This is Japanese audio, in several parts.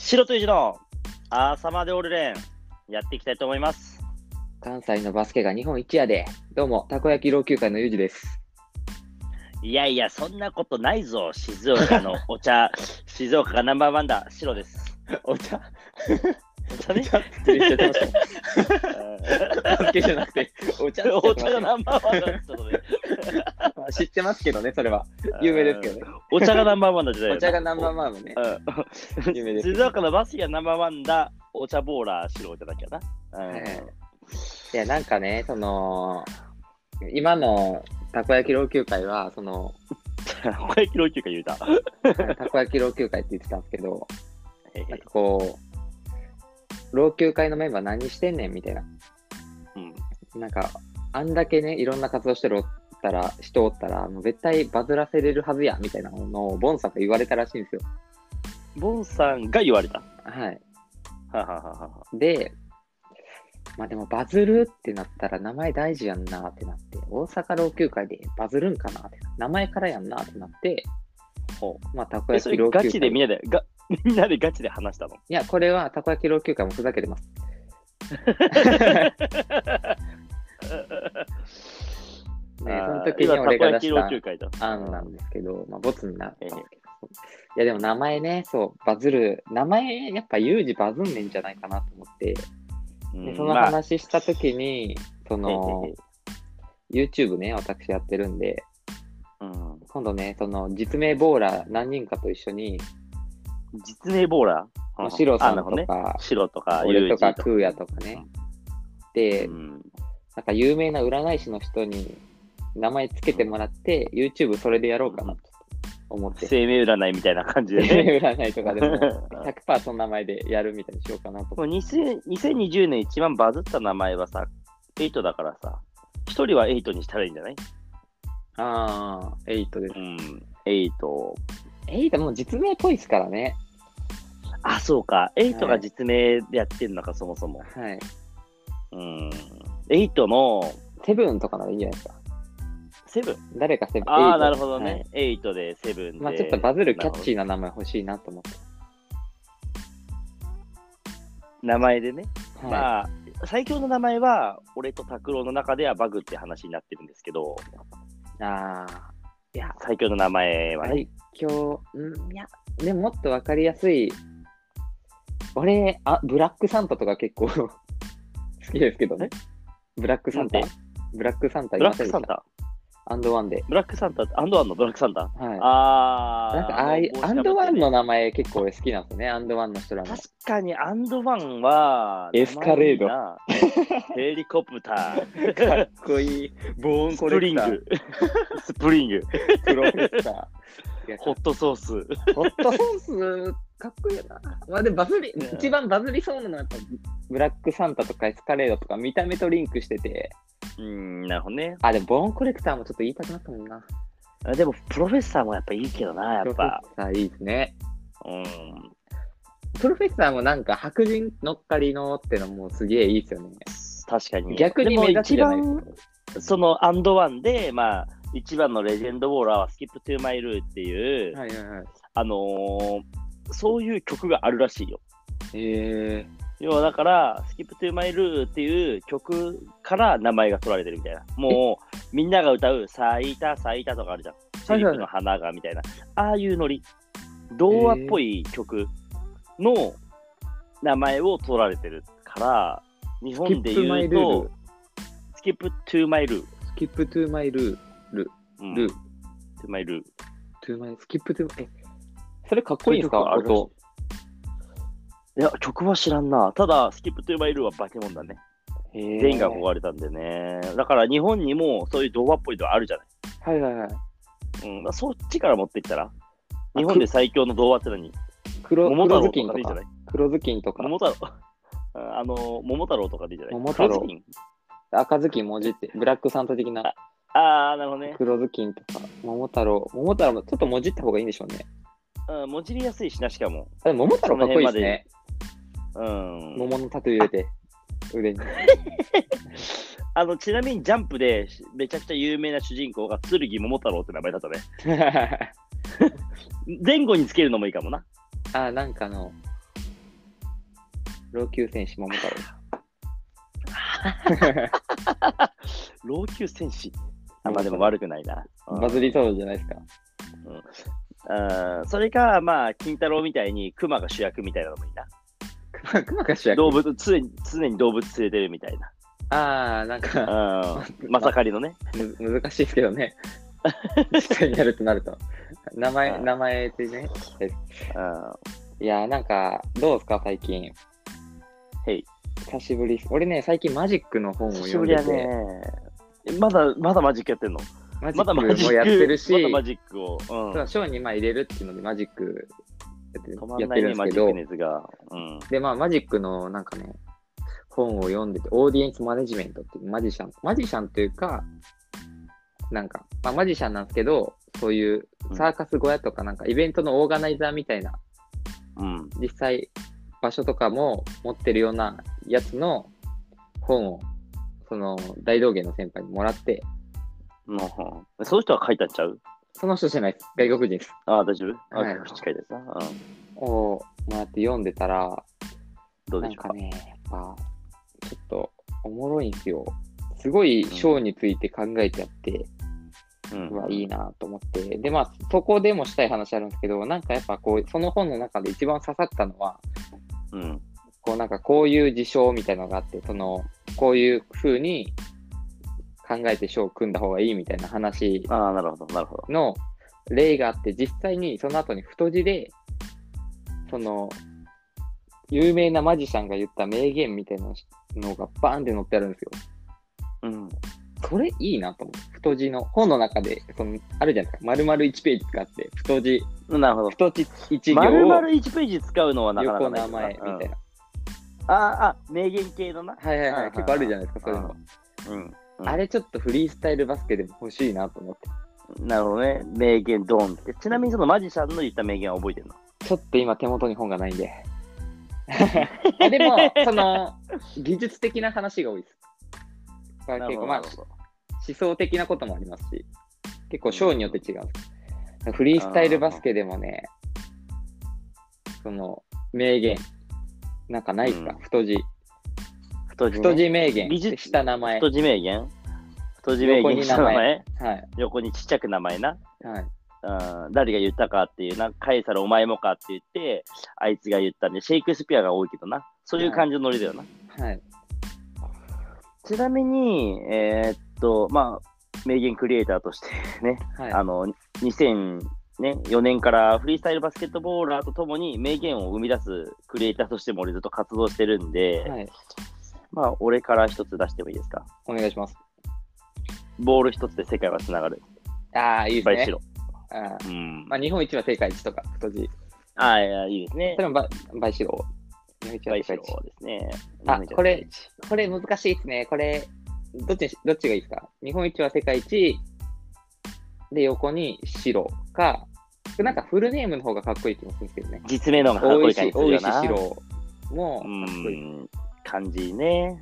白と一の朝までオールレンやっていきたいと思います。 関西のバスケが日本一やで。どうも、たこ焼き老朽会のゆうじです。 いやいや、そんなことないぞ。静岡のお茶、静岡がナンバーワンだ。白です。 お茶お茶ね。 って言っちゃってました。バスケじゃなくて、お茶お茶がナンバーワンだってことで。 知ってますけどね、それは。有名ですけどね。 お茶がナンバーワンだじゃないよ。 お茶がナンバーワンのね。有名です。 静岡のバスケがナンバーワンだ。お茶ボーラー白じゃなきゃな。 いや、なんかね、今のたこ焼き老朽会は、 たこ焼き老朽会言うた。 たこ焼き老朽会って言ってたんですけど、なんかこう、老朽会のメンバー何してんねんみたいな。なんか、あんだけね、いろんな活動してる人おったら、もう絶対バズらせれるはずや、みたいなのを、ボンさんが言われたらしいんですよ。 ボンさんが言われた。 はい。 はははは。 で、まあでもバズるってなったら名前大事やんなってなって、大阪老朽会でバズるんかなって、名前からやんなってなって、まあたこ焼き老朽会。 ガチでみんなでガチで話したの？ いや、これはたこ焼き老朽会もふざけてます。ね、その時に俺が出した案なんですけど、まあボツになったんですけど。いやでも名前ね、バズる。名前やっぱユージバズんねんじゃないかなと思って、でその話したときに、YouTube ね、私やってるんで、今度ね、実名ボーラー何人かと一緒に、 実名ボーラーシロさんとか、 白とか、 俺とか、クーヤとかね。で、なんか有名な占い師の人に名前つけてもらって、YouTube それでやろうかなと思って。 生命占いみたいな感じでね。 生命占いとかでも 100% その名前でやるみたいにしようかなと思って。 2020年一番バズった名前はさ、8だからさ、一人は8にしたらいいんじゃない？ ああ、8です。 8 もう実名っぽいですからね。 あ、そうか。8が実名でやってるのか、そもそも。 はい。 8のセブンとかならいいんじゃないですか。 セブン？ 誰かセブン。 ああ、なるほどね。8でセブンで。 まあちょっとバズるキャッチーな名前欲しいなと思って。 名前でね。まあ、最強の名前は、俺と拓郎の中ではバグって話になってるんですけど。 いや、 最強の名前はね。 最強、いや、でももっとわかりやすい。俺、ブラックサンタとか結構好きですけどね。ブラックサンタアンドワンで。 ブラックサンタ、アンドワンのブラックサンタ？ はい。なんかアンドワンの名前結構好きなんですよね、アンドワンの人らも。 確かにアンドワンは、 エスカレード。 ヘリコプター。 かっこいい。ボーンコレクター。 スプリング。 プロフェッサー。ホットソース。 ホットソース、かっこいいな。まあでも一番バズりそうなのはやっぱブラックサンタとかエスカレードとか見た目とリンクしてて。 なるほどね。 でもボーンコレクターもちょっと言いたくなったもんな。 でもプロフェッサーもやっぱいいけどな、やっぱ。 プロフェッサーいいですね。プロフェッサーもなんか白人乗っかりのってのもすげえいいですよね。 確かに。 逆に目立つじゃないですか。 そのアンドワンで、まあ、一番のレジェンドウォーラーはスキップトゥーマイルーっていう、そういう曲があるらしいよ。要はだから、スキップトゥーマイルーっていう曲から名前が取られてるみたいな。もう、みんなが歌う、咲いたとかあるじゃん。チューリップの花がみたいな。ああいうノリ。童話っぽい曲の名前を取られてるから、日本で言うと、スキップトゥーマイルー。 スキップトゥーマイルー。ルー。 トゥーマイルー。 スキップトゥーマイルー。それかっこいいんですか？音。 いや、曲は知らんな。ただ、スキップトゥーマイルーは化け物だね。全員が憧れたんでね。だから日本にもそういう童話っぽいのあるじゃない。そっちから持ってきたら、日本で最強の童話って何？ 黒ずきんとかでいいじゃない？ 黒ずきんとか。 桃太郎とかでいいじゃない？ 桃太郎。赤ずきんもじって、ブラックサンタ的な。 なるほどね。 黒ずきんとか、桃太郎もちょっともじった方がいいんでしょうね。 もじりやすいしな、しかも。 桃太郎かっこいいですね。桃のタトゥー入れて、腕に。 ちなみにジャンプでめちゃくちゃ有名な主人公が剣桃太郎って名前だったね。前後につけるのもいいかもな。 なんか老朽戦士桃太老朽戦士。まあでも悪くないな。 郎。バズりそうじゃないですか。 それか、まあ、金太郎みたいに熊が主役みたいなのもいいな。 熊が主役。 動物、常に動物連れてるみたいな。 ああ、なんか、 まさかりのね。 難しいですけどね。実際にやるとなると。名前でね。いや、なんか、どうですか、最近。久しぶり。俺ね、最近マジックの本を読んでて。久しぶりやね。 まだマジックやってんの？ マジックもやってるし、 まだマジックを。 ショーに入れるっていうのでマジックやってるんですけど、で、まあ、マジックのなんかね、本を読んでて、オーディエンスマネジメントっていうマジシャンというか、なんか、まあ、マジシャンなんですけど、そういうサーカス小屋とかなんかイベントのオーガナイザーみたいな、実際場所とかも持ってるようなやつの本を、その大道芸の先輩にもらって、 その人は書いたんちゃう？ その人じゃないです。外国人です。 ああ、大丈夫？はい。近いですな。 をもらって読んでたら、 どうでしょうか。 なんかね、やっぱ、ちょっとおもろいんですよ。すごいショーについて考えてやって、いいなと思って。で、まあ、そこでもしたい話あるんですけど、なんかやっぱこう、その本の中で一番刺さったのは、こうなんかこういう事象みたいなのがあって、こういう風に考えてショーを組んだ方がいいみたいな話の例があって、実際にその後に太字で、その、有名なマジシャンが言った名言みたいなのがバーンって載ってあるんですよ。それいいなと思う。太字の本の中で、あるじゃないですか。丸々1ページ使って、太字。 なるほど。 太字1行を。 丸々1ページ使うのはなかなかない。 横名前みたいな。 名言系のな。 はいはいはい。結構あるじゃないですか、そういうの。あれちょっとフリースタイルバスケでも欲しいなと思って。 なるほどね。名言ドンって。ちなみにそのマジシャンの言った名言は覚えてるの？ ちょっと今手元に本がないんで。でも、その、技術的な話が多いです。結構まあ、思想的なこともありますし、結構ショーによって違うんです。フリースタイルバスケでもね、その、名言、なんかないですか？太字。太字名言。下名前。 太字名言？太字名言下名前？ はい。 横にちっちゃく名前な。 はい。 誰が言ったかっていうな、カエサルお前もかって言って、あいつが言ったんで、シェイクスピアが多いけどな。そういう感じのノリだよな。 はい。 ちなみに、まあ、名言クリエイターとしてね、2004年からフリースタイルバスケットボーラーとともに名言を生み出すクリエイターとしても俺ずっと活動してるんで、まあ、俺から一つ出してもいいですか？ お願いします。 ボール一つで世界はつながる。 いいですね。 倍白。 まあ、日本一は世界一とか、太字。 いいですね。 それも倍白。 日本一は世界一ですね。 これ難しいですね。これ、どっちがいいですか？日本一は世界一で横に白か、なんかフルネームの方がかっこいい気もするんですけどね。 実名の方がかっこいい感じするよな。 大石白もかっこいい。 感じね。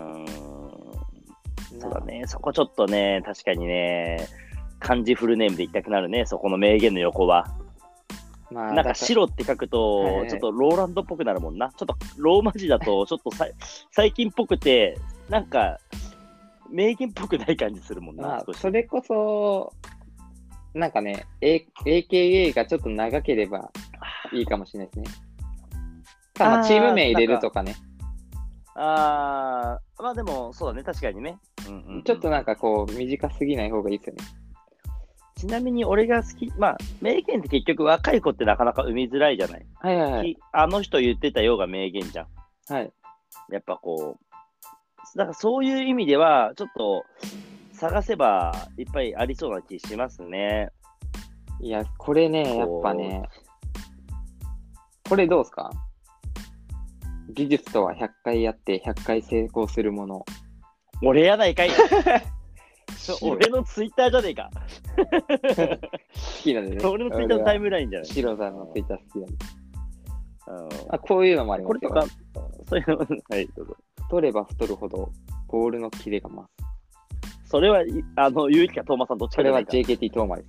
そうだね。そこちょっとね、確かにね、漢字フルネームで言いたくなるね、そこの名言の横は。まあ、なんか白って書くと、ちょっとローランドっぽくなるもんな。ちょっとローマ字だと、ちょっと最近っぽくて、なんか名言っぽくない感じするもんな。 それこそ、なんかね、AKA がちょっと長ければいいかもしれないですね。まあ、チーム名入れるとかね。 まあでも、そうだね、確かにね。 ちょっとなんかこう、短すぎない方がいいですよね。 ちなみに俺が好き、まあ、名言って結局若い子ってなかなか生みづらいじゃない。あの人言ってたようが名言じゃん。やっぱこう、だからそういう意味では、ちょっと探せばいっぱいありそうな気しますね。 いや、これね、やっぱね、これどうですか？技術とは100回やって100回成功するもの。 俺やないかい。俺のツイッターじゃねえか。 好きなんでね。 俺のツイッターのタイムラインじゃない。 シロさんのツイッター好きなんで。こういうのもありますよ。 これとか、そういうの、はい、どうぞ。 太れば太るほど、ボールのキレが増す。 それは、ゆうきかトーマさんどっちかじゃないか。 それは JKT トーマです。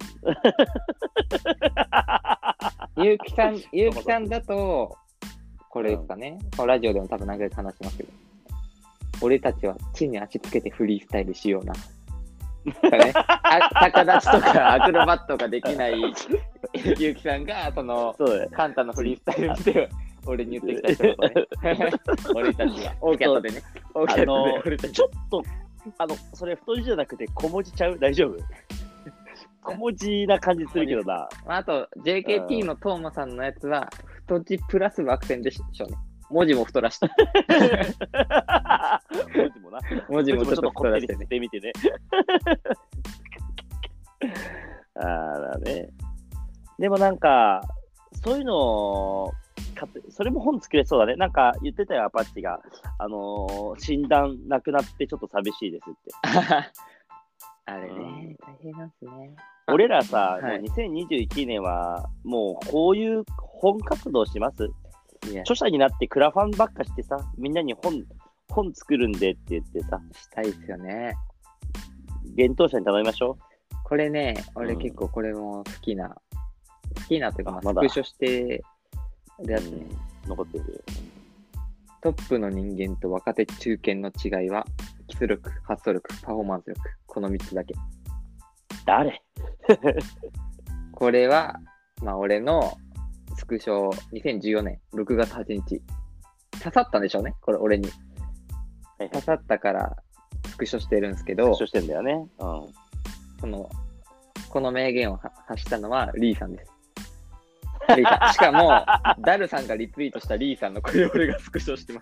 ゆうきさんだと、 これですかね。ラジオでも多分何回か話しますけど。俺たちは地に足つけてフリースタイルしような。ね、逆立ちとかアクロバットができないゆうきさんが、カンタのフリースタイルして俺に言ってきたってことね。俺たちは。オーキャットでね。 ちょっと、それ太字じゃなくて小文字ちゃう？大丈夫？小文字な感じするけどな。 あと、JKT のトーマさんのやつは、太字プラス枠線でしょうね。文字も太らして。 文字もな。 文字もちょっと太らしてね。見てね。だね。でもなんか、そういうのそれも本作れそうだね。なんか言ってたよ、アパッチが。診断なくなってちょっと寂しいですって。 あれね、大変なんですね。 俺らさ、もう2021年はもうこういう本活動します？著者になってクラファンばっかしてさ、みんなに本作るんでって言ってさ。 したいですよね。 幻冬舎に頼みましょう。 これね、俺結構これも好きなというか、スクショしてるやつね。 残ってる。 トップの人間と若手中堅の違いは、基礎力、発想力、パフォーマンス力。この3つだけ。 誰？ これは、俺のスクショ2014年6月8日。刺さったんでしょうね、これ俺に。刺さったからスクショしてるんですけど。 スクショしてんだよね。 この名言を発したのはリーさんです。しかも、ダルさんがリツイートしたリーさんのこれ俺がスクショしてます。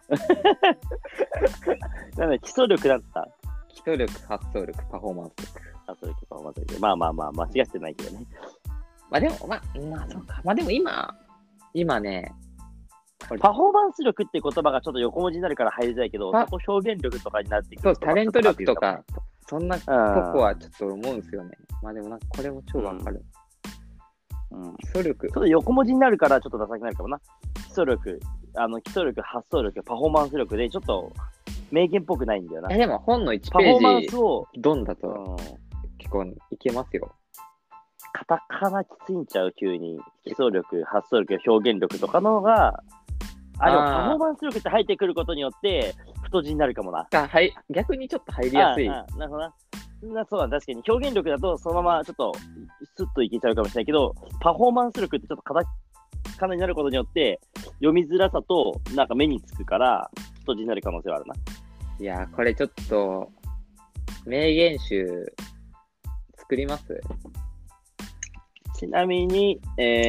なんだ、基礎力だった。 基礎力、発想力、パフォーマンス力。 発想力、パフォーマンス力。間違ってないけどね。 でも、そうか。でも今ね、 パフォーマンス力って言葉がちょっと横文字になるから入りづらいけど、そこ表現力とかになってくる。 そう、タレント力とか、そんなとこはちょっと思うんですよね。でもこれも超わかる。基礎力。 ちょっと横文字になるからちょっとダサくなるかもな。基礎力、発想力、パフォーマンス力でちょっと名言っぽくないんだよな。 でも本の1ページ、 パフォーマンスをドンだと結構いけますよ。 カタカナきついんちゃう？急に。基礎力、発想力、表現力とかの方が、でもパフォーマンス力って入ってくることによって、太字になるかもな。 逆にちょっと入りやすい。 なるほどな。そうだ、確かに表現力だとそのままちょっとスッといけちゃうかもしれないけど、パフォーマンス力ってちょっとカタカナになることによって読みづらさとなんか目につくから太字になる可能性はあるな。 いやー、これちょっと名言集作ります？ ちなみに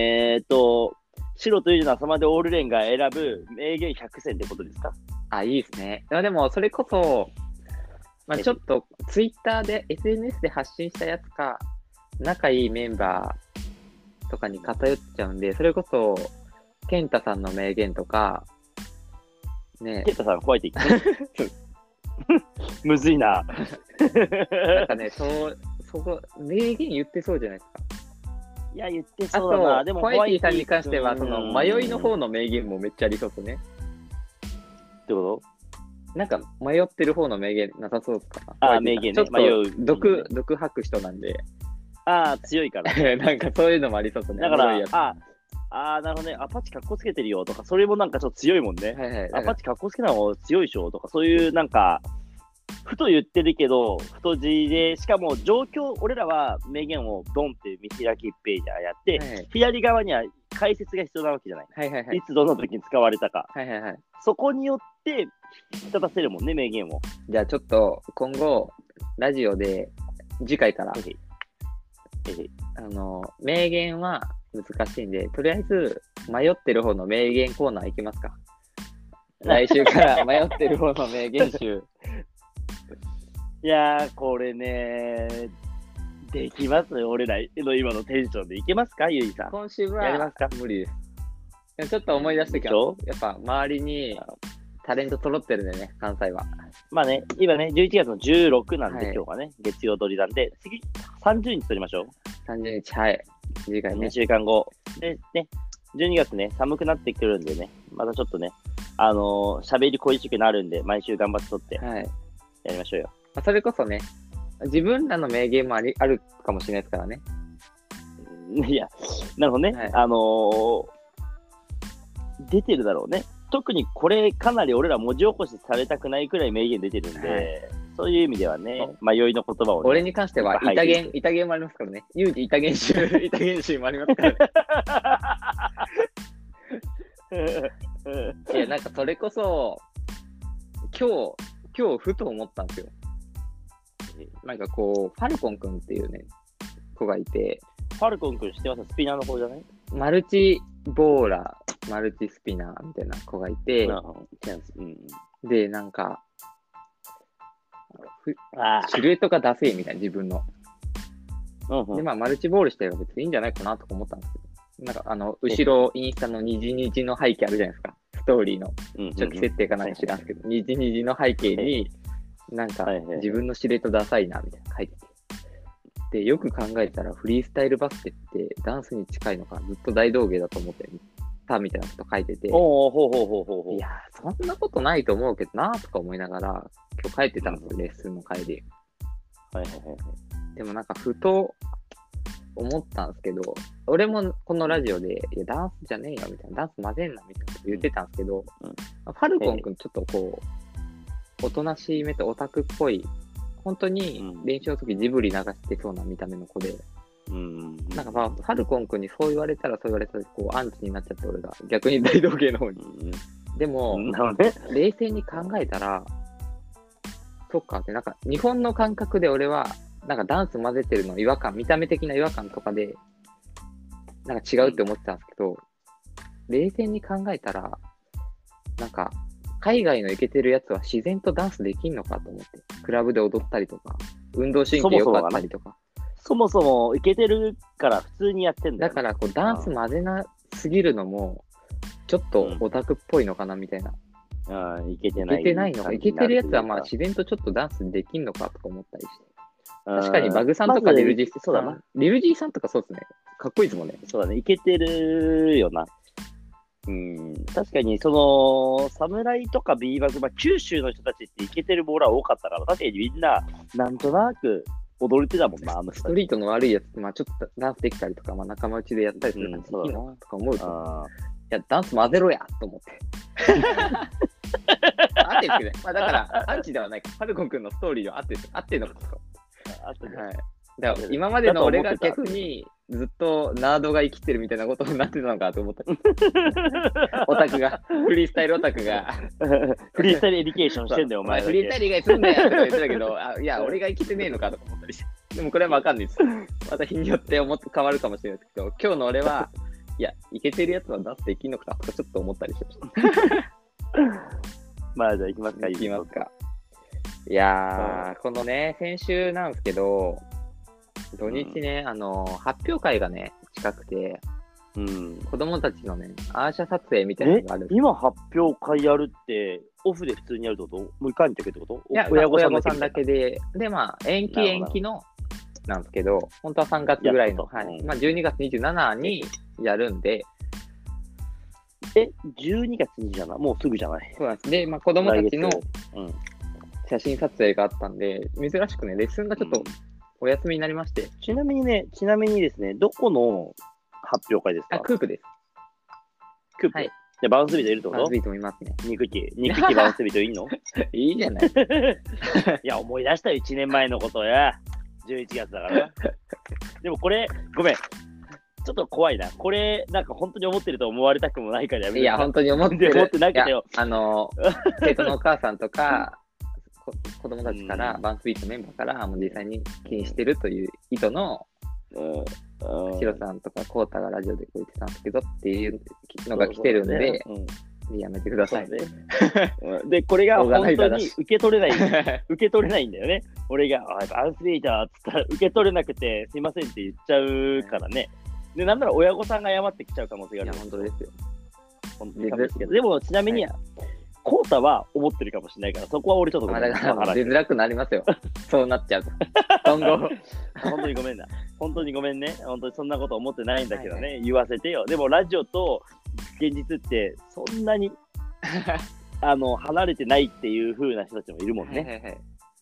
白というのはサマでオールレンが選ぶ名言100選ってことですか？ いいですね。でもそれこそちょっとツイッターで SNS で発信したやつか仲いいメンバーとかに偏っちゃうんで、それこそ健太さんの名言とかね。 健太さん怖いって言ってむずいな。 なんかね、そこ名言言ってそうじゃないですか。 いや、言ってそうだな。でもホワイティさんに関してはその迷いの方の名言もめっちゃありそうですね。 ってこと？なんか迷ってる方の名言なさそうですか？ 名言ね。 ちょっと迷う。毒吐く人なんで。 強いから。 なんかそういうのもありそうですね。 だから、なるほどね。アパッチかっこつけてるよとか、それもなんかちょっと強いもんね。アパッチかっこつけたのも強いでしょとか、そういうなんか、ふと言ってるけど、太字で、しかも俺らは名言をドンって見開きページやって、左側には解説が必要なわけじゃない。いつどの時に使われたか。そこによって引き立たせるもんね、名言を。 じゃあちょっと今後、ラジオで次回から、名言は難しいんで、とりあえず迷ってる方の名言コーナーいきますか。来週から迷ってる方の名言集。 いやー、これね、できます俺らの今のテンションでいけますか、ゆいさん。 今週はやりますか？ 無理です。でもちょっと思い出してきます。やっぱ周りにタレント揃ってるんでね、関西は。 今ね、11月の16なんで、今日はね、月曜撮りなんで、次、30日撮りましょう。 30日、はい。次回ね。 2週間後。で、ね、12月ね、寒くなってくるんでね、またちょっとね、喋り恋しくなるんで、毎週頑張って撮って、やりましょうよ。 それこそね、自分らの名言もあるかもしれないですからね。 いや、なるほどね。出てるだろうね。 特にこれかなり俺ら文字起こしされたくないくらい名言出てるんで、そういう意味ではね、迷いの言葉を、ね、 俺に関しては板言もありますからね。ユージ板言集もありますからね。いや、なんかそれこそ、今日ふと思ったんですよ。なんかこう、ファルコン君っていうね、子がいて。 ファルコン君知ってます？スピナーの方じゃない？ マルチボーラー、マルチスピナーみたいな子がいて、で、なんか、シルエットがダセーみたいな、自分の。で、まあ、マルチボールしてれば別にいいんじゃないかなとか思ったんですけど、なんか、後ろ、インスタの虹の背景あるじゃないですか。ストーリーの初期設定かなんか知らんすけど、虹の背景に、なんか、自分のシルエットダサいな、みたいな書いてて。で、よく考えたら、フリースタイルバスケってダンスに近いのか、ずっと大道芸だと思ってたみたいなこと書いてて、いやー、そんなことないと思うけどな、とか思いながら、今日書いてたんですよ、レッスンの帰り。でもなんか、ふと思ったんですけど、俺もこのラジオで、いや、ダンスじゃねえよ、みたいな、ダンス混ぜんな、みたいなこと言ってたんですけど、ファルコン君ちょっとこう、おとなしい目とオタクっぽい、本当に練習の時ジブリ流してそうな見た目の子で、なんかまあ、ファルコン君にそう言われたらこうアンチになっちゃって俺が逆に大道芸の方に。でも、冷静に考えたら、そっかって、なんか日本の感覚で俺は、なんかダンス混ぜてるの違和感、見た目的な違和感とかで、なんか違うって思ってたんですけど、冷静に考えたら、なんか、海外のイケてるやつは自然とダンスできんのかと思って。クラブで踊ったりとか、運動神経良かったりとか。 そもそもイケてるから普通にやってんだよ、ね。 だからこうダンス混ぜなすぎるのも、ちょっとオタクっぽいのかなみたいな。 イケてない。 イケてないのか。イケてるやつはまあ自然とちょっとダンスできんのかとか思ったりして。確かにバグさんとかリルジーさん、リルジーさんとかそうですね。かっこいいですもんね。 そうだね。イケてるよな。確かに、侍とかビーバグ、九州の人たちってイケてるボーラー多かったから、確かにみんな、なんとなく踊れてたもんな、 ストリートの悪いやつって、ちょっとダンスできたりとか、仲間内でやったりするから、いいなとか思うと、いや、ダンス混ぜろやと思って。合ってるんですけどね。だから、アンチではないか。ファルコン君のストーリーは合ってるのかとか。はい。だから今までの俺が逆にずっとナードが生きてるみたいなことになってたのかと思った。オタクが、フリースタイルオタクが。 フリースタイルエディケーションしてんだよ、お前。 フリースタイル以外すんだよとか言ってたけど、いや、俺が生きてねえのかとか思ったりして。でもこれはわかんないです。また日によって変わるかもしれないですけど、今日の俺は、いや、イケてるやつはダンスできんのかとかちょっと思ったりしました。 まあ、じゃあ行きますか。 行きますか。いやー、このね、先週なんですけど、土日ね、発表会がね、近くて、子供たちのね、アーシャ撮影みたいなのがあるんです。 今発表会やるって、オフで普通にやるってこと？無観客ってこと？ いや、親御さんだけで、で、まあ、延期の、なんですけど、本当は3月ぐらいの、はい。まあ、12月27にやるんで、 12月27？もうすぐじゃない。 そうなんです。で、まあ、子供たちの写真撮影があったんで、珍しくね、レッスンがちょっとお休みになりまして。 ちなみにですね、どこの発表会ですか？ クープです。 クープ。はい。じゃバウンスビートいるってこと？ バウンスビートもいますね。 肉機バウンスビートいんの？ いいじゃない。 いや、思い出したよ、1年前のことや。11月だから。でもこれ、ごめん。ちょっと怖いな。これ、なんか本当に思ってると思われたくもないからやめて。 いや、本当に思ってる。 思ってなくてよ。 生徒のお母さんとか、子供たちから、バンスビートメンバーから、もう実際に気にしてるという意図の、ヒロさんとかコータがラジオでこう言ってたんですけどっていうのが来てるんで、やめてくださいね。 で、これが本当に受け取れないんだよね。俺が、バンスビートっつったら受け取れなくて、すいませんって言っちゃうからね。で、なんなら親御さんが謝ってきちゃう可能性がある。 いや、本当ですよ。 本当にですけど。でも、ちなみに、コータは思ってるかもしれないから、そこは俺ちょっと出づらくなりますよ。そうなっちゃうと。今後。 本当にごめんな。本当にごめんね。本当にそんなこと思ってないんだけどね。言わせてよ。でも、ラジオと現実って、そんなに離れてないっていう風な人たちもいるもんね。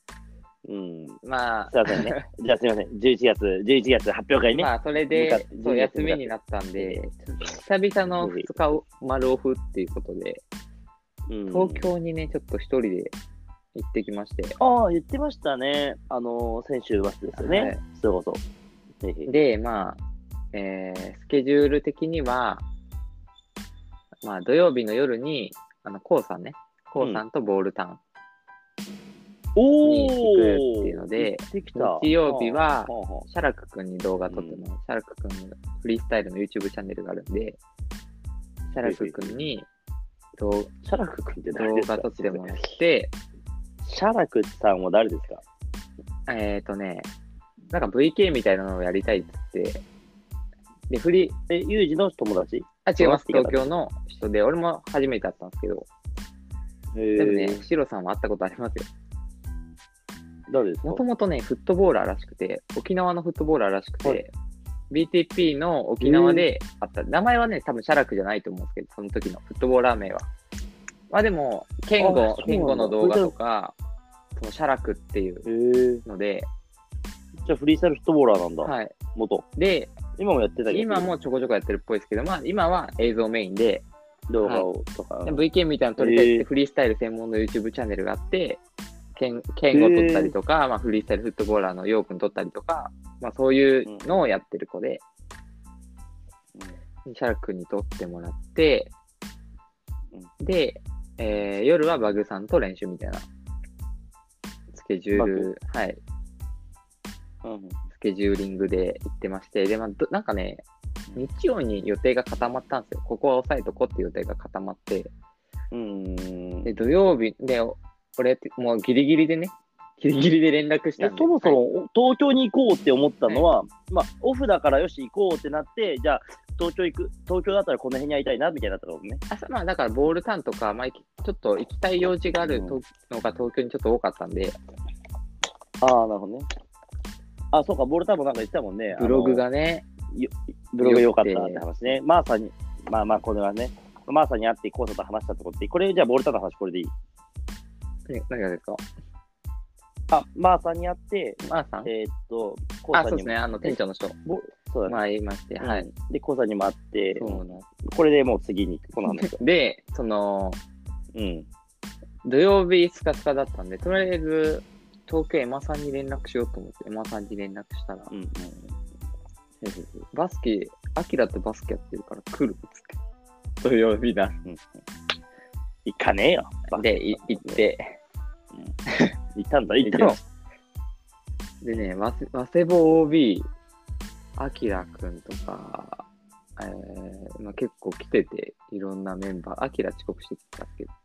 まあ、すいませんね。じゃあすいません。11月発表会ね。 まあ、それで、休みになったんで、久々の2日丸オフっていうことで、 東京にね、ちょっと一人で行ってきまして。 ああ、言ってましたね。先週末ですよね。はい、そうそう。 で、まあ、スケジュール的には、まあ、土曜日の夜に、コウさんとボールタンに行くっていうので、日曜日は、シャラク君に動画撮っても、シャラク君のフリースタイルの YouTube チャンネルがあるんで、シャラク君に動画撮ってもらって、 シャラクさんは誰ですか？ なんか VK みたいなのをやりたいって言って、で、 ユージの友達？ 違います。東京の人で、俺も初めて会ったんですけど、でもね、シロさんは会ったことありますよ。 誰ですか？ もともとね、フットボーラーらしくて、沖縄のフットボーラーらしくて、はい、BTP の沖縄であった。名前はね、多分シャラクじゃないと思うんですけど、その時のフットボーラー名は。まあでも、ケンゴの動画とか、そのシャラクっていうので、 じゃあフリースタイルフットボーラーなんだ。 はい。 元。 で、 今もやってたけど。 今もちょこちょこやってるっぽいですけど、まあ今は映像メインで、 動画をとか。 VK みたいなの撮りたいってフリースタイル専門の YouTube チャンネルがあって、ケンゴ撮ったりとか、まあフリースタイルフットボーラーのヨウ君撮ったりとか、まあそういうのをやってる子で、シャラクに撮ってもらって、で、夜はバグさんと練習みたいなスケジュール、はい。スケジューリングで行ってまして、で、まあ、なんかね、日曜に予定が固まったんですよ。ここは押さえとこっていう予定が固まって、で、土曜日で、俺、もうギリギリで連絡したんで。 そもそも東京に行こうって思ったのは、まあ、オフだからよし行こうってなって、じゃあ、東京だったらこの辺に会いたいなみたいになったのね。 まあ、だからボールタンとか、まあ、ちょっと行きたい用事があるのが東京にちょっと多かったんで。 ああ、なるほどね。あ、そうか、ボールタンもなんか言ってたもんね。 ブログがね。 ブログ良かったって話ね。マーさんに、まあ、これはね、マーさんに会ってコウさんと話したってことで、これじゃあボールタンの話これでいい？ 何がですか？ マーさんに会って、 マーさん？ コウさんにも。 そうですね、店長の人。 そうだね。 まあ言いまして、はい。 で、コウさんにも会って、これでもう次にこの話。 で、土曜日スカスカだったんで、とりあえず、東京エマさんに連絡しようと思って、エマさんに連絡したら、バスケ、アキラとバスケやってるから来るっつって。土曜日だ。 行かねえよ。 で、行って。 行ったの。 でね、ワセボ OB、アキラくんとか、まあ、結構来てて、いろんなメンバー、アキラ遅刻してきたんですけど。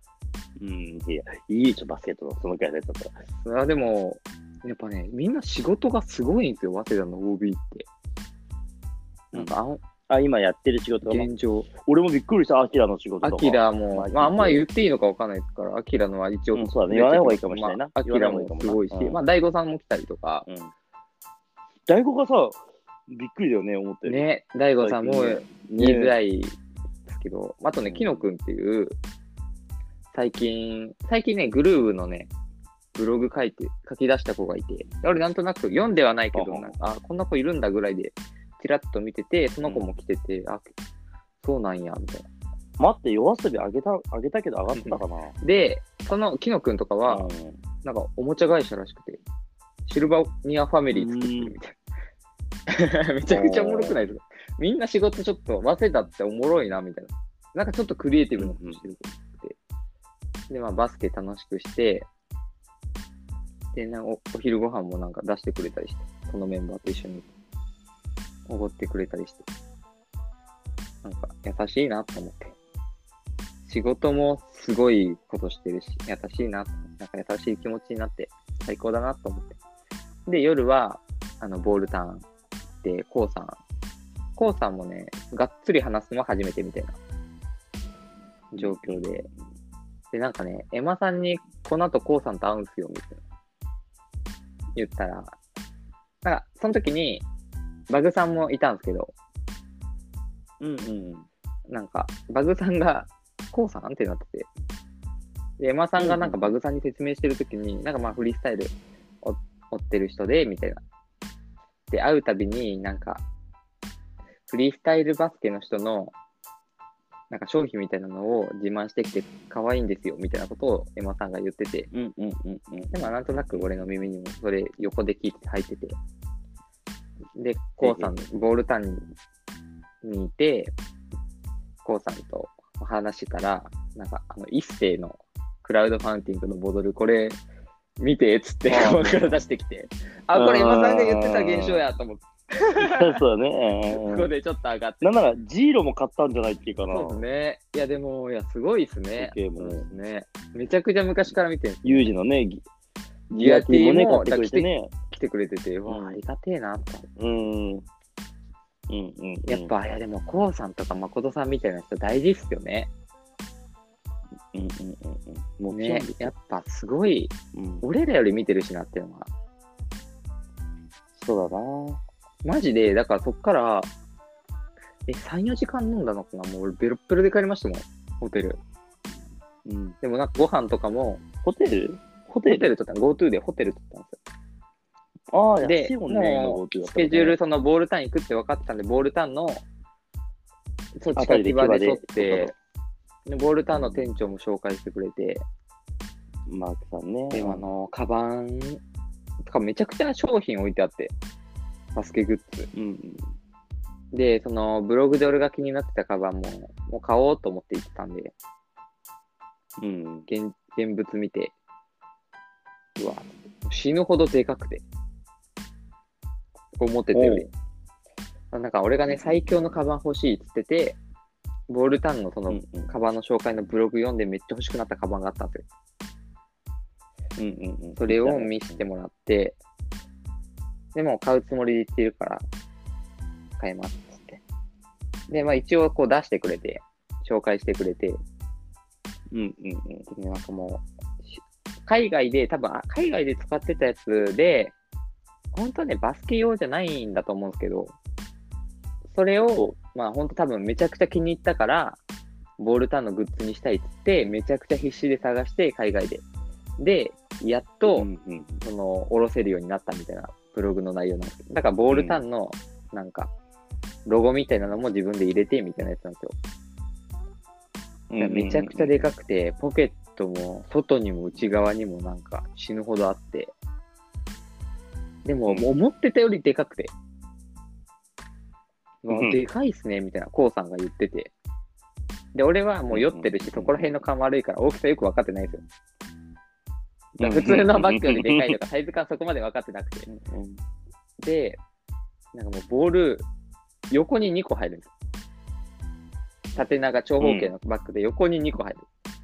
いいバスケットのそのくらいのやつだったら。 でも、やっぱね、みんな仕事がすごいんですよ、早稲田の OB って。なんか今やってる仕事が現状。 俺もびっくりした、アキラの仕事とか。 アキラも、まあ、あんまり言っていいのか分かんないですから、アキラのは一応、 そうだね、言わない方がいいかもしれないな。 アキラもすごいし、まあ、大悟さんも来たりとか。 大悟がさ、びっくりだよね、思ってる。 ね、大悟さんも言いづらいですけど、あとね、キノくんっていう、最近ね、グルーブのね、ブログ書き出した子がいて、俺なんとなく読んではないけど、こんな子いるんだぐらいで、ちらっと見てて、その子も来てて、そうなんや、みたいな。 待って、夜遊びあげたけど上がったかな。 で、そのキノくんとかは、なんかおもちゃ会社らしくて、シルバニアファミリー作ってるみたいな。めちゃくちゃおもろくないですか？みんな仕事ちょっと、早稲田っておもろいな、みたいな。なんかちょっとクリエイティブなことしてる子で。で、まあバスケ楽しくして、で、お昼ご飯もなんか出してくれたりして、そのメンバーと一緒におごってくれたりして、なんか優しいなと思って。仕事もすごいことしてるし、優しいな、なんか優しい気持ちになって最高だなと思って。で、夜は、ボールターンで、コウさんもね、がっつり話すのは初めてみたいな状況で。で、なんかね、エマさんにこの後コウさんと会うんすよ、みたいな。言ったら、なんか、その時に、バグさんもいたんですけど、なんか、バグさんが、コウさんってなってて、で、エマさんがなんかバグさんに説明してる時に、なんかまあフリースタイル追ってる人で、みたいな。で、会うたびになんか、フリースタイルバスケの人の、 なんか商品みたいなのを自慢してきて可愛いんですよみたいなことをエマさんが言ってて、でもなんとなく俺の耳にもそれ横で聞いて入ってて、で、コウさん、ボールタンにいて、コウさんと話したら、なんか一世のクラウドファンティングのボトル、これ見てっつってカバンから出してきて、これエマさんが言ってた現象やと思って。 そうだね。 ここでちょっと上がって。 なんならジーロも買ったんじゃないっていうかな。 そうですね。いやでも、すごいですね。 もね。めちゃくちゃ昔から見てる。 ユージのね、ギアティーもね、買ってくれてね。 来てくれてて、ありがてえなと。やっぱ、いやでも、コウさんとか誠さんみたいな人大事っすよね。もうね、やっぱすごい、俺らより見てるしなっていうのは。 そうだな。 マジで、だからそっから、3、4時間飲んだのかな。もう俺ベロッベロで帰りましたもん、ホテル。でもなんかご飯とかも、ホテル取ったの、GoTo でホテル取ったんですよ。で、もうスケジュール、そのボールタン行くって分かってたんで、ボールタンの、そっちから木場で取って、でボールタンの店長も紹介してくれて、 マークさんね。 でもカバンとかめちゃくちゃな商品置いてあって、バスケグッズ。で、そのブログで俺が気になってたカバンもう買おうと思って行ってたんで、現物見て、うわ、死ぬほどでかくて、思ってたより。なんか俺がね、最強のカバン欲しいっつってて、ボールタンのそのカバンの紹介のブログ読んでめっちゃ欲しくなったカバンがあったんですよ。それを見せてもらって、でも買うつもりで言ってるから買いますっつって。で、まあ一応こう出してくれて、紹介してくれて、なんかもう、海外で使ってたやつで、本当はね、バスケ用じゃないんだと思うんですけど、それを、まあ本当多分めちゃくちゃ気に入ったから、ボールタンのグッズにしたいっつって、めちゃくちゃ必死で探して、海外で。で、やっと、下ろせるようになったみたいなブログの内容なんですよ。だからボールタンの、なんか、ロゴみたいなのも自分で入れてみたいなやつなんですよ。めちゃくちゃでかくて、ポケットも外にも内側にもなんか死ぬほどあって、でも、思ってたよりでかくて、でかいっすね、みたいな、コウさんが言ってて。で、俺はもう酔ってるし、そこら辺の感悪いから大きさよく分かってないんですよ。普通のバッグよりでかいとか、サイズ感そこまで分かってなくて。で、なんかもうボール、横に2個入るんです。縦長長方形のバッグで横に2個入る。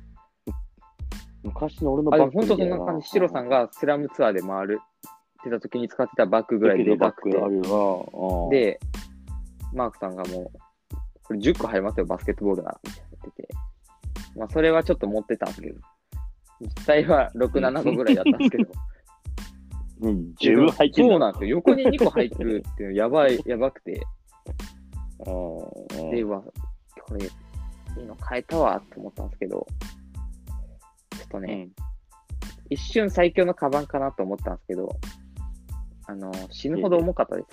昔の俺のバッグみたいな。 ほんとそんな感じ。シロさんがスラムツアーで回るってた時に使ってたバッグぐらいでかくて。で、マークさんがもう、これ10個入りますよ、バスケットボールなら、みたいな言ってて。まあ、それはちょっと持ってたんですけど、実際は6、7個ぐらいだったんですけど。 十分入ってる。 そうなんですよ。横に2個入ってるっていうのやばくて。で、これ、いいの変えたわって思ったんですけど、ちょっとね、一瞬最強のカバンかなと思ったんですけど、死ぬほど重かったです。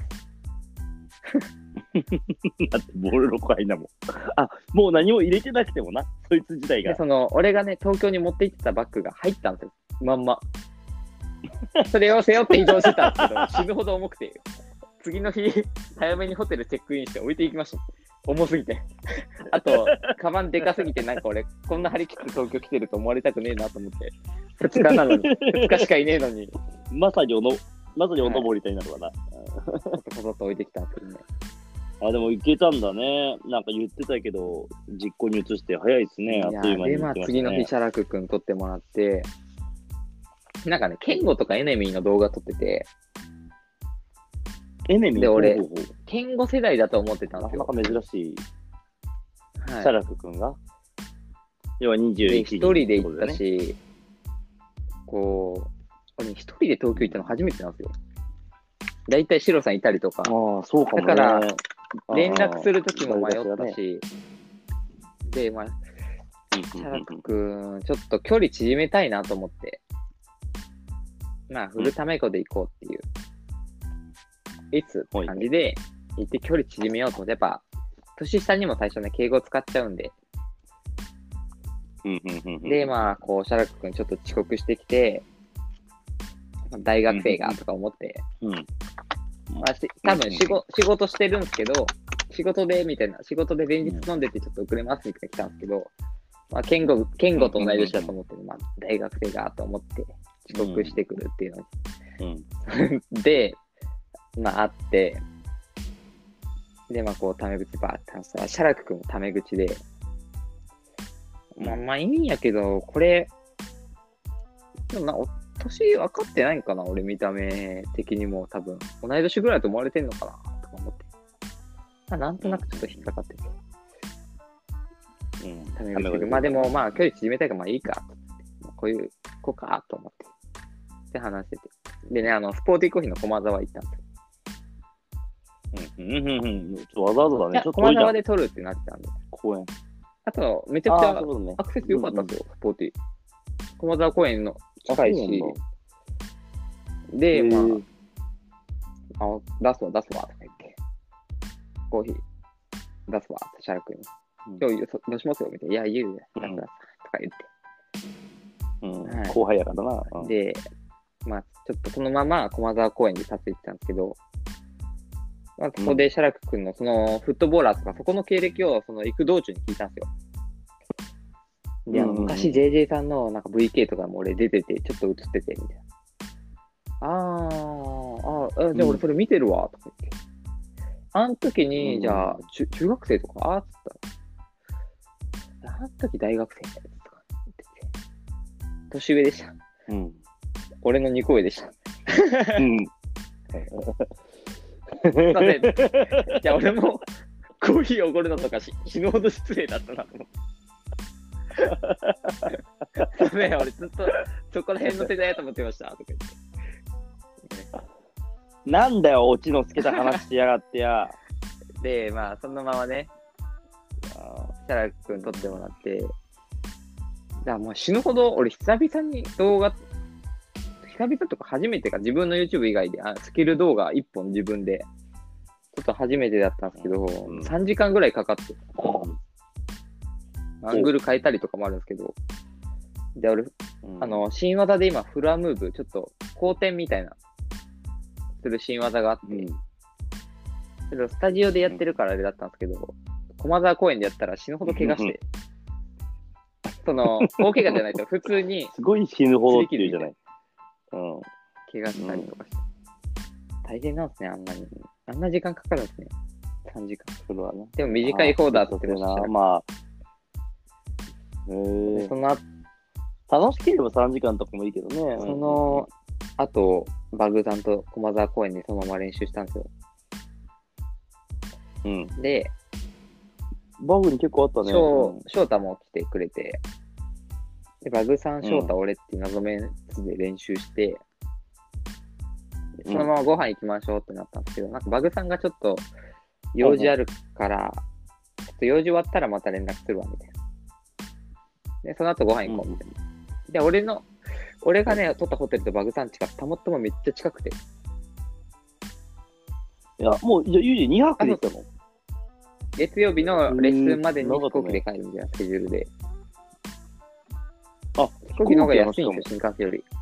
だってボール6個入んだもん。もう何も入れてなくてもな、そいつ自体が。 で、俺がね、東京に持って行ってたバッグが入ったんですよ。まんま。それを背負って移動してたんですけど、死ぬほど重くて、次の日、早めにホテルチェックインして置いていきました。重すぎて。あと、カバンでかすぎて、なんか俺、こんな張り切って東京来てると思われたくねえなと思って、2日なのに、2日しかいねえのに。 まさにお登りたいなのかな。 こそっと置いてきたんですけどね。 でも行けたんだね。なんか言ってたけど、実行に移して早いですね。あっという間に、 で、まあ次の日、シャラク君撮ってもらって、なんかね、ケンゴとかエネミーの動画撮ってて、 エネミーで、俺、ケンゴ世代だと思ってたんですよ。 なかなか珍しい。シャラク君が要は21 人。一人で行ったし、俺一人で東京行ったの初めてなんですよ。だいたいシロさんいたりとか。 そうかもね。 だから、連絡するときも迷ったし、で、まあ、シャラク君、ちょっと距離縮めたいなと思って、まあ、フルタメコで行こうっていう、いつって感じで、行って距離縮めようと思って、やっぱ、年下にも最初ね、敬語使っちゃうんで、 で、まあ、こう、シャラク君ちょっと遅刻してきて、大学生がとか思って、まあ、多分仕事してるんですけど、仕事で前日飲んでてちょっと遅れますみたいな来たんですけど、まあ、健吾と同い年だと思って、まあ、大学生がと思って遅刻してくるっていうので、まあ、会って、で、まあ、こう、タメ口バーって話したら、シャラク君もタメ口で、まあ、いいんやけど、これ、でも年分かってないんかな、俺見た目的にも多分、同い年ぐらいと思われてんのかな、とか思って。まあ、なんとなくちょっと引っかかってて。タメ口で。まあでも、まあ、距離縮めたいから、まあいいか、と思って。こういう子か、と思って。って話してて。でね、スポーティーコーヒーの駒沢行ったんですよ。 ちょっとわざわざだね。ちょっと駒沢で撮るってなってたんで。 公園。 あと、めちゃくちゃアクセス良かったんですよ、スポーティー。駒沢公園の近いし。で、まあ、出すわ、とか言って。コーヒー出すわ、シャラクに。今日出しますよ、みたいな。いや、言うよ、とか言って。 後輩やからな。 で、まあ、ちょっとそのまま駒沢公園で撮影してたんですけど、まあ、そこでシャラク君のそのフットボーラーとか、そこの経歴を行く道中に聞いたんですよ。で、昔 JJ さんのなんか VK とかも俺出てて、ちょっと映ってて、みたいな。じゃあ俺それ見てるわ、とか言って。あの時に、じゃあ、中学生とか、つったら、あの時大学生だよ、とか言ってて。年上でした。俺の2個上でした。すいません。じゃあ俺もコーヒーおごるのとか死ぬほど失礼だったなと思って。ダメよ、俺ずっとそこら辺の世代だと思ってましたとか言って。 なんだよ、オチのつけた話しやがってや。 で、まあそのままね、シャラ君撮ってもらって、だからもう死ぬほど俺久々に動画、久々とか初めてか、自分の YouTube 以外でスキル動画1本自分でちょっと初めてだったんですけど、3時間ぐらいかかって、アングル変えたりとかもあるんですけど、で、俺、新技で今フラムーブ、ちょっと後転みたいなする新技があって、それをスタジオでやってるからあれだったんですけど、駒沢公園でやったら死ぬほど怪我して、大怪我じゃないと普通にすごい死ぬほどっていうじゃない。 怪我したりとかして。大変なんですね、あんな時間かかるんですね。3時間。 それはね。 でも短い方だって言ってました。 まあ。 その楽しければ3時間とかもいいけどね。 その後、バグさんと駒沢公園でそのまま練習したんですよ。で、 バグに結構あったね。 翔太も来てくれて、でバグさん、翔太、俺って謎メンツで練習して、そのままご飯行きましょうってなったんですけど、なんかバグさんがちょっと用事あるから、ちょっと用事終わったらまた連絡するわ、みたいな。で、その後ご飯行こう、みたいな。で、俺がね、取ったホテルとバグさん家がたまたまめっちゃ近くて。 いや、もう、じゃあ、ゆうじ2泊で行ったの？ 月曜日のレッスンまでに飛行機で帰るみたいなスケジュールで。飛行機の方が安いんですよ、新幹線より。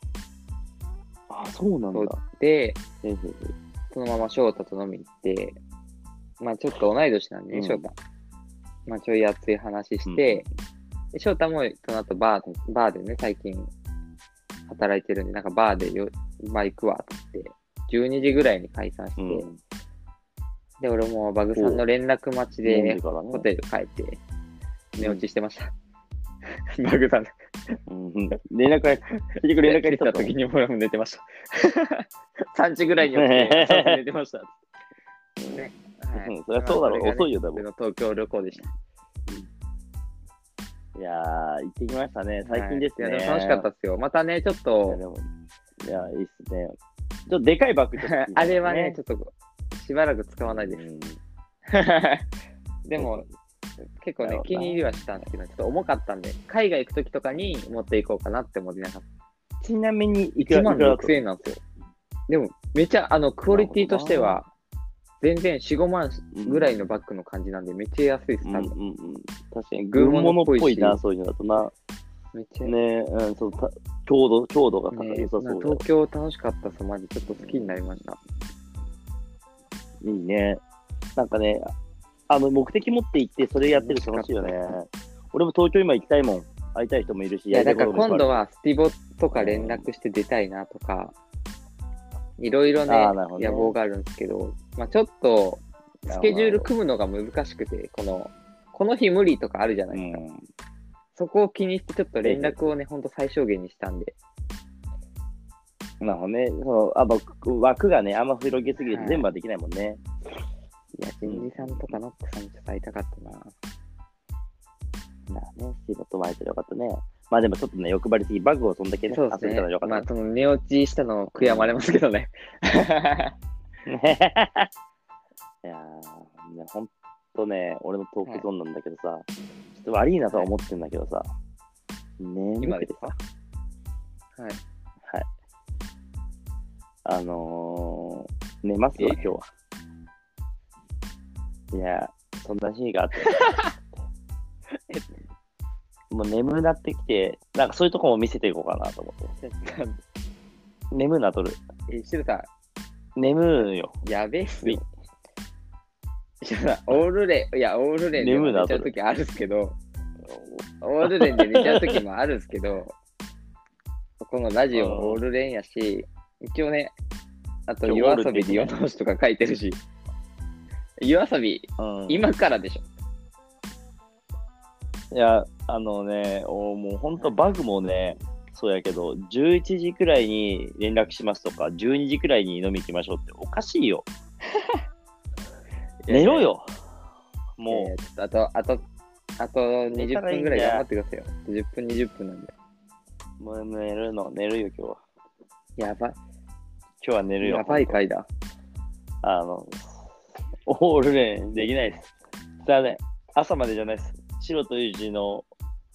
そうなんだ。 で、そのまま翔太と飲みに行って、まあちょっと同い年なんでね、翔太。まあちょい熱い話して、で翔太もその後バーでね、最近働いてるんで、なんかバーで行くわって言って、12時ぐらいに解散して、で、俺もバグさんの連絡待ちでホテル帰って寝落ちしてました。バグさん。 連絡が来た時に俺も寝てました。3時ぐらいに起きて寝てました。 そりゃそうだろう、遅いよ、多分。 東京旅行でした。 いやー、行ってきましたね。最近ですね。 楽しかったっすよ。またね、ちょっと。 いや、いいっすね。ちょっとでかいバッグあれはね、ちょっとしばらく使わないです。でも、結構ね、気に入りはしたんですけど、ちょっと重かったんで、海外行くときとかに持っていこうかなって思ってなかった。 ちなみに、 1万6000円なんですよ。でも、めちゃ、クオリティとしては、 全然4、5万ぐらいのバッグの感じなんで、めっちゃ安いです、多分。 確かに、軍物っぽいな、そういうのだとな。 めっちゃねそう強度が高い、良さそうだよ。 東京楽しかったっす、マジ。ちょっと好きになりました。 いいね。なんかね、目的持って行って、それやってる楽しいよね。俺も東京今行きたいもん。会いたい人もいるし。 いや、だから今度はスティボとか連絡して出たいなとか、いろいろね、野望があるんですけど、まあちょっと、スケジュール組むのが難しくて、この日無理とかあるじゃないですか。そこを気にしてちょっと連絡をね、ほんと最小限にしたんで。 なるほどね。枠がね、あんま広げすぎると全部はできないもんね。 いや、ジンジさんとかノックさんちょっと会いたかったな。 まあね、スティーブと会えたらよかったね。まあでもちょっとね、欲張りすぎ、バグをそんだけね、 そうですね。 遊べたらよかった。 まあ、その寝落ちしたの悔やまれますけどね。 いやー、ね、ほんとね、俺のトークゾーンなんだけどさ、ちょっと悪いなとは思ってんだけどさ、眠くてさ。 はい。 はい。寝ますわ、今日は。いや、そんな日があって。もう眠なってきて、なんかそういうとこも見せていこうかなと思って。眠なとる。 シルさん。眠うよ。 やべえっすよ。オールレンで寝ちゃうときあるっすけど、オールレンで寝ちゃうときもあるんすけど、このラジオもオールレンやし、一応ね、あと夜遊びで夜通しとか書いてるし、夜遊び、今からでしょ。 いや、もうほんとバグもね、そうやけど、11時くらいに連絡しますとか、12時くらいに飲み行きましょうっておかしいよ。寝ろよ。もう。 あと20分ぐらい頑張ってくださいよ。10分、20分なんで。 もう寝るよ、今日は。 やばい。 今日は寝るよ。 やばい回だ。 オールレンできないです。さあね、朝までじゃないです。白とユージの、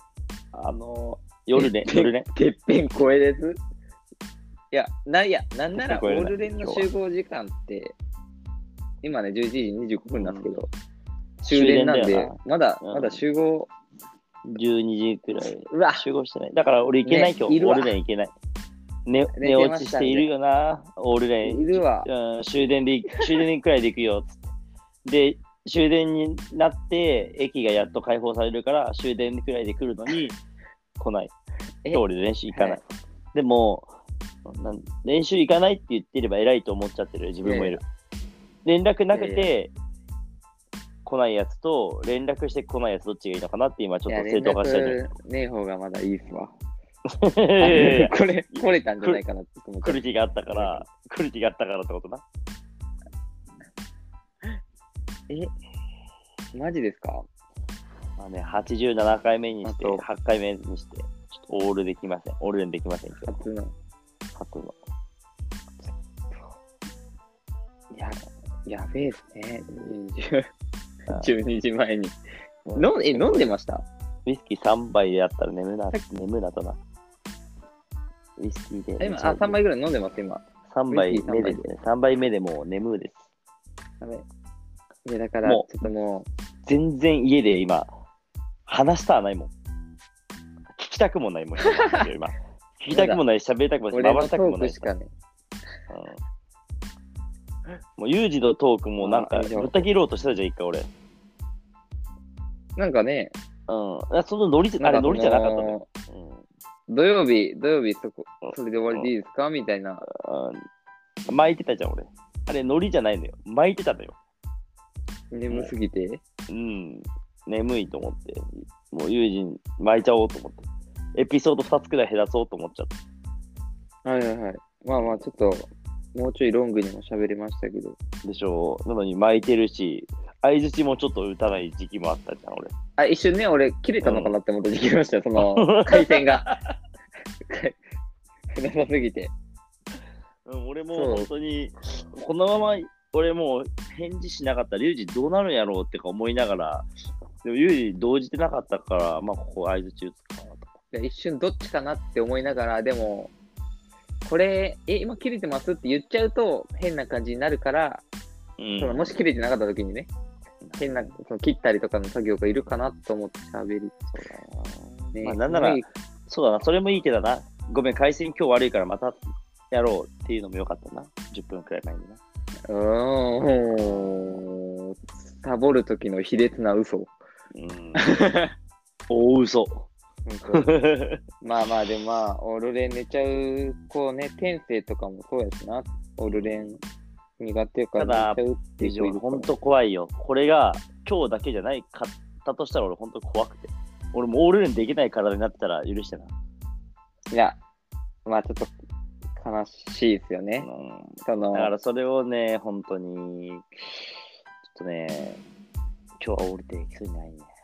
夜ね。 てっぺん超えです。いや、なんならオールレンの集合時間って、今ね、11時25分なんですけど、終電なんで、まだ集合。 12時くらい。 うわ集合してない。だから俺行けない、今日。オールレン行けない。寝落ちしているよな、オールレン。 いるわ。 終電くらいで行くよ、つって。で、終電になって、駅がやっと開放されるから、終電くらいで来るのに、来ない。今日俺練習行かない。でも、練習行かないって言ってれば偉いと思っちゃってる自分もいる。連絡なくて、来ないやつと、連絡して来ないやつどっちがいいのかなって今ちょっと正当化してる。 ねえ方がまだいいっすわ。来れたんじゃないかなって思って。 来る気があったからってことな。 マジですか？ まあね、87回目にして、8回目にして、ちょっとオールレンできません、 初の。やべえっすね。12時前に。飲んでました？ ウイスキー3杯やったら眠なとな。ウイスキーで。 今、3杯ぐらい飲んでます、今。 3杯目でね。3杯目でもう眠です。 いや、だから、ちょっともう。 全然家で今、話したはないもん。聞きたくもないもん、今。聞きたくもないし、喋りたくもないし、回したくもないし。もう、ユージのトークもなんか、ぶった切ろうとしたじゃん、一回俺。 なんかね。 そのノリじゃなかったね。 土曜日、それで終わりでいいですかみたいな。 巻いてたじゃん、俺。あれ、ノリじゃないのよ。巻いてたのよ。 眠すぎて？ 眠いと思って。もう、ユージに巻いちゃおうと思って。エピソード2つくらい減らそうと思っちゃった。 はい。まあ、ちょっと、もうちょいロングにも喋れましたけど。 でしょう。なのに巻いてるし、相づちもちょっと打たない時期もあったじゃん、俺。 一瞬ね、俺、切れたのかなって思った時期ましたよ、その、回線が。なさすぎて。 俺も本当に、このまま、俺もう返事しなかったら、ユージどうなるんやろうってか思いながら、でもユージ動じてなかったから、まあ、ここ相づち打つかなと。 一瞬どっちかなって思いながら、でも、これ、今切れてますって言っちゃうと変な感じになるから、 そのもし切れてなかった時にね、変な、その切ったりとかの作業がいるかなと思って喋り。 そうだな。まあ、なんなら、そうだな、それもいいけどな。ごめん、回線今日悪いからまたやろうっていうのもよかったな。10分くらい前にな。 サボる時の卑劣な嘘。 大嘘。 まあまあ、でもまあ、オルレン寝ちゃう、こうね、天性とかもそうやしな。オルレン苦手から寝ちゃうっていう。 本当怖いよ。これが今日だけじゃないかったとしたら俺本当怖くて。俺もオールレンできない体になってたら許してな。 いや、まあちょっと悲しいですよね。 だからそれをね、本当に、ちょっとね、今日はオールできそうにないね。